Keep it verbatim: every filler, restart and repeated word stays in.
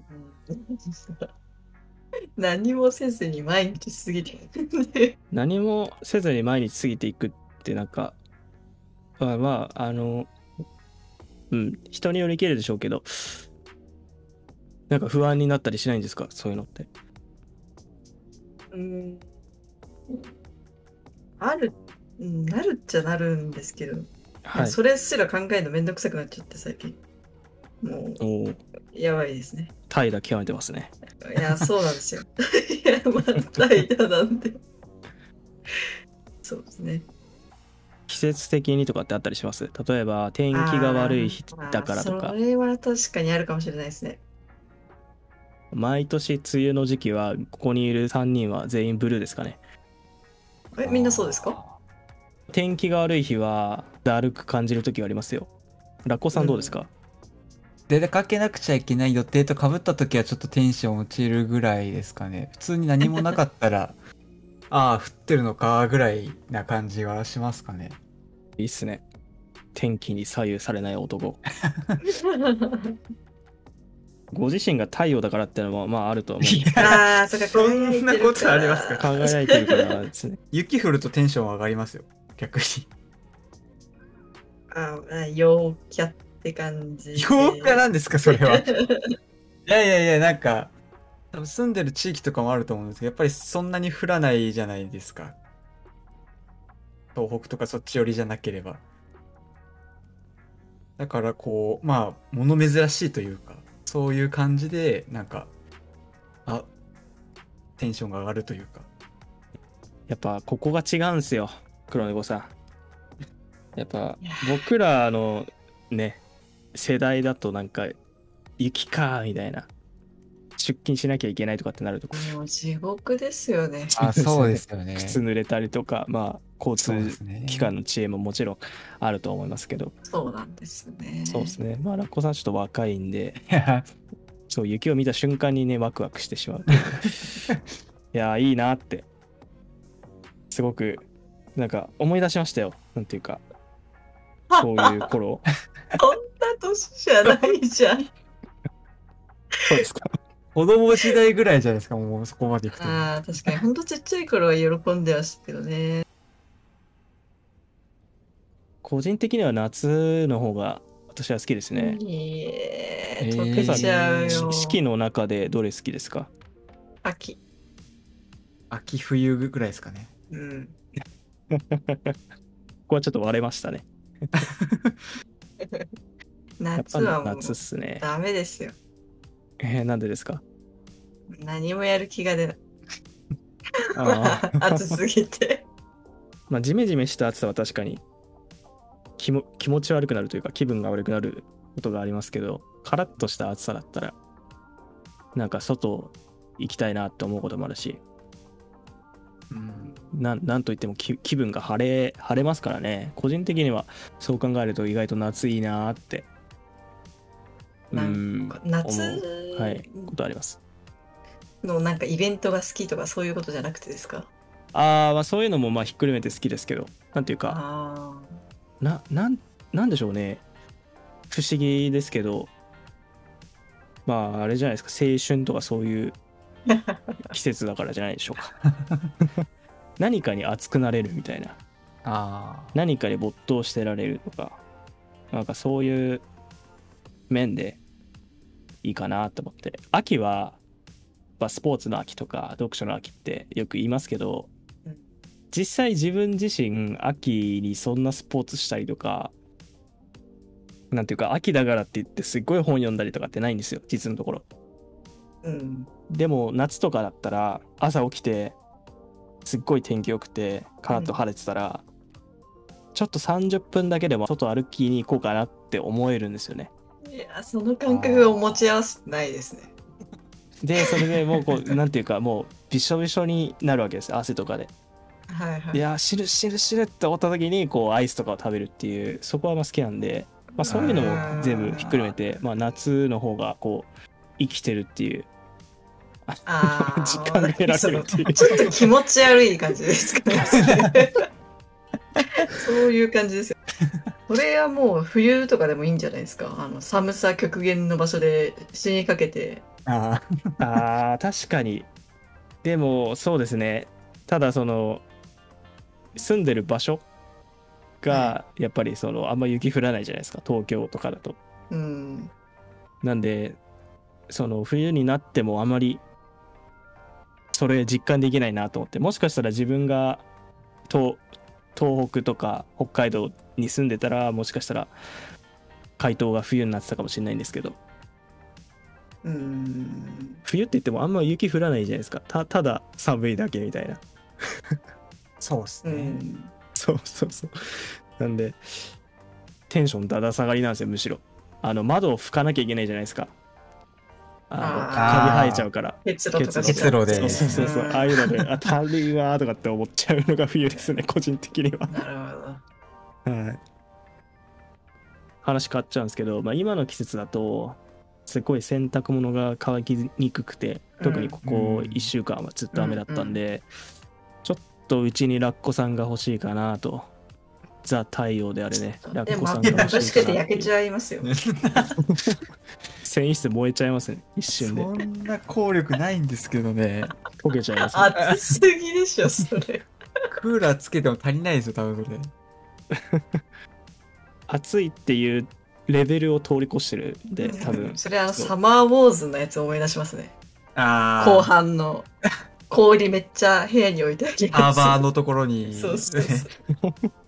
うん、何もせずに毎日過ぎていくね。 何もせずに毎日過ぎていくってなんか、まあまあ、あの、うん、人によりけるでしょうけど、なんか不安になったりしないんですか、そういうのって。 うん、ある、うん、なるっちゃなるんですけど、いや、 はい。 それすら考えるのめんどくさくなっちゃって最近。もう、 おお、 やばいですね。 怠惰極めてますね。 いや、そうなんですよ。いや、また間なんで。そうですね。 季節的にとかってあったりします？例えば天気が悪い日あーあー、 だからとそか。 れは確かにあるかもしれないですね。 毎年梅雨の時期はここにいるさんにんは全員ブルーですかね。 え、みんなそうですか？ あ天気が悪い日はだるく感じる時がありますよ。ラッコさんどうですか？ ー出かけなくちゃいけない予定と被った時はちょっとテンション落ちるぐらいですかね。普通に何もなかったら、ああ、降ってるのかぐらいな感じはしますかね。 いいっすね。天気に左右されない男。ご自身が太陽だからってのもまああるとは思うんいですけど、 や、 ああ、そっか、 そ輝いてるんなことありますか？ 輝いてるからですね。 雪降るとテンション上がりますよ。逆に。 ああ、陽キャって感じ陽キャなで。 んですか、それは。いやいやいや、なんか、多分住んでる地域とかもあると思うんですけど、やっぱりそんなに降らないじゃないですか。東北とかそっち寄りじゃなければ。だからこう、まあ、物珍しいというか、そういう感じで、なんか、あ、テンションが上がるというか。 やっぱここが違うんすよ、黒猫さん。やっぱいや僕らのね、世代だとなんか雪かみたいな、出勤しなきゃいけないとかってなると、 もう地獄ですよね。 あ、そうですよね。 靴濡れたりとか、まあ交そうで通すね。 機関の知恵ももちろんあると思いますけど、 そうなんですね。 そうですね。まあラッコさんちょっと若いんで、 いや、 そう雪を見た瞬間にねワクワクしてしまうというか、いやーいいなってすごくなんか思い出しましたよ。なんていうかそういう頃。 そんな年じゃないじゃん。 そうですか。 子供時代ぐらいじゃないですか、もうそこまで行くと。 ああ、確かに、ほんとちっちゃい頃は喜んでましたけどね。 個人的には夏の方が私は好きですね。 いいえ、溶今朝けちゃうえー、 よ。 四季の中でどれ好きですか？ 秋。 秋冬ぐらいですかね。 うん。 ここはちょっと割れましたね。やっぱ夏はも夏っうすね。 ダメですよ。 えー、なんでですか？ 何もやる気が出ない。 ああ。 暑すぎて。 まあジメジメした暑さは確かに気も気持ち悪くなるというか気分が悪くなることがありますけど、カラッとした暑さだったらなんか外行きたいなって思うこともあるし、 うん。 なんなんといっても気気分が晴れ晴れますからね。個人的にはそう考えると意外と夏いいなーってうーなんんか夏思う、はい、ことあります。 のなんかイベントが好きとかそういうことじゃなくてですか？ あー、まあそういうのもまあひっくるめて好きですけど、なんていうかあななんなんでしょうね、不思議ですけど、まああれじゃないですか、青春とかそういうあ。 季節だからじゃないでしょうか。何かに熱くなれるみたいな、 ああ。 何かに没頭してられるとか、なんかそういう面でいいかなと思って。秋は、まあ、スポーツの秋とか読書の秋ってよく言いますけど、 うん実際自分自身秋にそんなスポーツしたりとか、なんていうか秋だからって言ってすっごい本読んだりとかってないんですよ、実のところ。 うん。 でも夏とかだったら朝起きてすっごい天気良くてカラッと晴れてたら、ちょっとさんじゅっぷんだけでも外歩きに行こうかなって思えるんですよね。 いや、その感覚を持ち合わせてないですね。 でそれでもうこうなんていうかもうびしょびしょになるわけですよ、汗とかで。 はいはい。 いやー死ぬ死ぬ死ぬって思った時にこうアイスとかを食べるっていう、そこはまあ好きなんで、まあ、そういうのも全部ひっくるめて、まあ、夏の方がこう生きてるっていうああ、 実感が得らその、 れるっていう。 ちょっと気持ち悪い感じですかね。そういう感じですよ。それはもう冬とかでもいいんじゃないですか。あの寒さ極限の場所で死にかけてああ。 あー確かに。でもそうですね。ただその住んでる場所がやっぱりそのあんま雪降らないじゃないですか、東京とかだと。 うん。 なんでその冬になってもあまりそれ実感できないなと思って、もしかしたら自分が東東北とか北海道に住んでたらもしかしたら回答が冬になってたかもしれないんですけど、 うん。 冬って言ってもあんま雪降らないじゃないですか。たただ寒いだけみたいな。 そうっすうね。 ん。 そうそうそう。なんでテンションだだ下がりなんですよ、むしろ。あの窓を拭かなきゃいけないじゃないですか。あのあーカビ生えちゃうから。 結露とか結露でそうそうそうそう、 んああいうので、あ、たるいわーとかって思っちゃうのが冬ですね、個人的には。 なるほど。 はい。話変わっちゃうんですけど、まあ、今の季節だと、すごい洗濯物が乾きにくくて、特にここうんいっしゅうかんはずっと雨だったんで、ちょっとうちにラッコさんが欲しいかなと。ザ太陽であれね、ラでも、 ッコさんが欲眩ししくて焼けいかなっていう。 ちゃいますよ。 繊維質燃えちゃいますね、一瞬で。 そんな効力ないんですけどね。 溶けちゃいますね。 暑すぎでしょ、それ。 クーラーつけても足りないですよ、多分それ。 暑いっていうレベルを通り越してるんで、多分。 それあの、 そうサマーウォーズのやつを思い出しますね。 あ後半の氷めっちゃ部屋に置いてあるやつ。 ハーバーのところに。 そうそうそう。